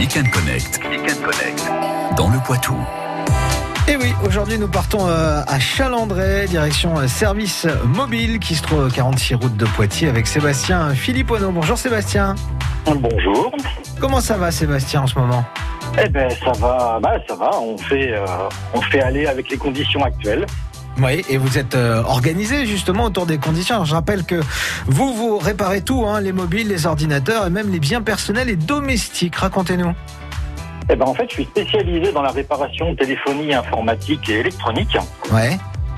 Week-end Connect. Dans le Poitou. Et oui, aujourd'hui nous partons à Chalandray, direction service mobile qui se trouve 46 route de Poitiers avec Sébastien Philipponneau. Bonjour Sébastien. Bonjour. Comment ça va Sébastien en ce moment ? Eh ben ça va, on fait aller avec les conditions actuelles. Oui, et vous êtes organisé justement autour des conditions. Alors, je rappelle que vous réparez tout, les mobiles, les ordinateurs et même les biens personnels et domestiques. Racontez-nous. Eh ben en fait, je suis spécialisé dans la réparation téléphonie, informatique et électronique. Ouais.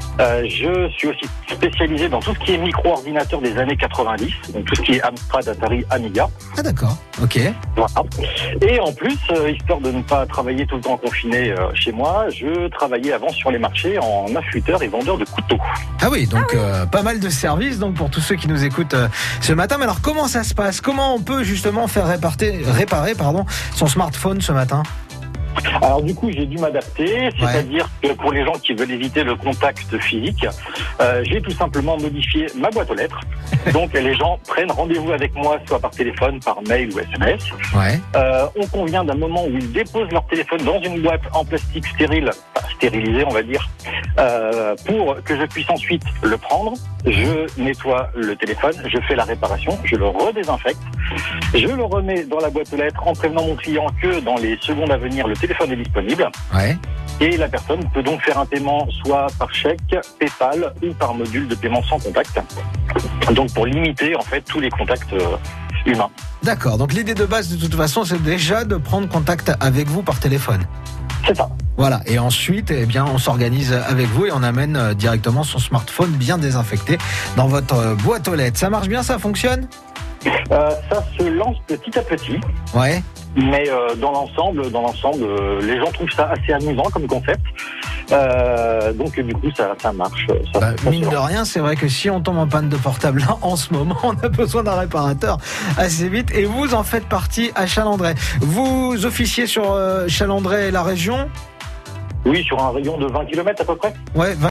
Je suis aussi spécialisé dans tout ce qui est micro-ordinateur des années 90, donc tout ce qui est Amstrad, Atari, Amiga. Ah d'accord, ok. Voilà. Et en plus, histoire de ne pas travailler tout le temps confiné chez moi, je travaillais avant sur les marchés en affûteur et vendeur de couteaux. Ah oui, donc pas mal de services donc pour tous ceux qui nous écoutent ce matin. Mais alors comment ça se passe ? Comment on peut justement faire réparer son smartphone ce matin ? Alors du coup, j'ai dû m'adapter, c'est-à-dire que pour les gens qui veulent éviter le contact physique, j'ai tout simplement modifié ma boîte aux lettres. Donc les gens prennent rendez-vous avec moi, soit par téléphone, par mail ou SMS. Ouais. On convient d'un moment où ils déposent leur téléphone dans une boîte en plastique stérile, stérilisée on va dire, pour que je puisse ensuite le prendre. Je nettoie le téléphone, je fais la réparation, je le redésinfecte, je le remets dans la boîte aux lettres en prévenant mon client que dans les secondes à venir, le téléphone est disponible. Ouais. Et la personne peut donc faire un paiement soit par chèque, PayPal ou par module de paiement sans contact. Donc pour limiter en fait tous les contacts humains. D'accord, donc l'idée de base de toute façon c'est déjà de prendre contact avec vous par téléphone. C'est ça. Voilà, et ensuite on s'organise avec vous et on amène directement son smartphone bien désinfecté dans votre boîte aux lettres. Ça marche bien, ça fonctionne ? Ça se lance petit à petit. Ouais. Mais dans l'ensemble, les gens trouvent ça assez amusant comme concept. Donc du coup, ça marche. Mine de rien, c'est vrai que si on tombe en panne de portable là, en ce moment, on a besoin d'un réparateur assez vite. Et vous en faites partie à Chalandray. Vous officiez sur Chalandray et la région ? Oui, sur un rayon de 20 km à peu près. Ouais.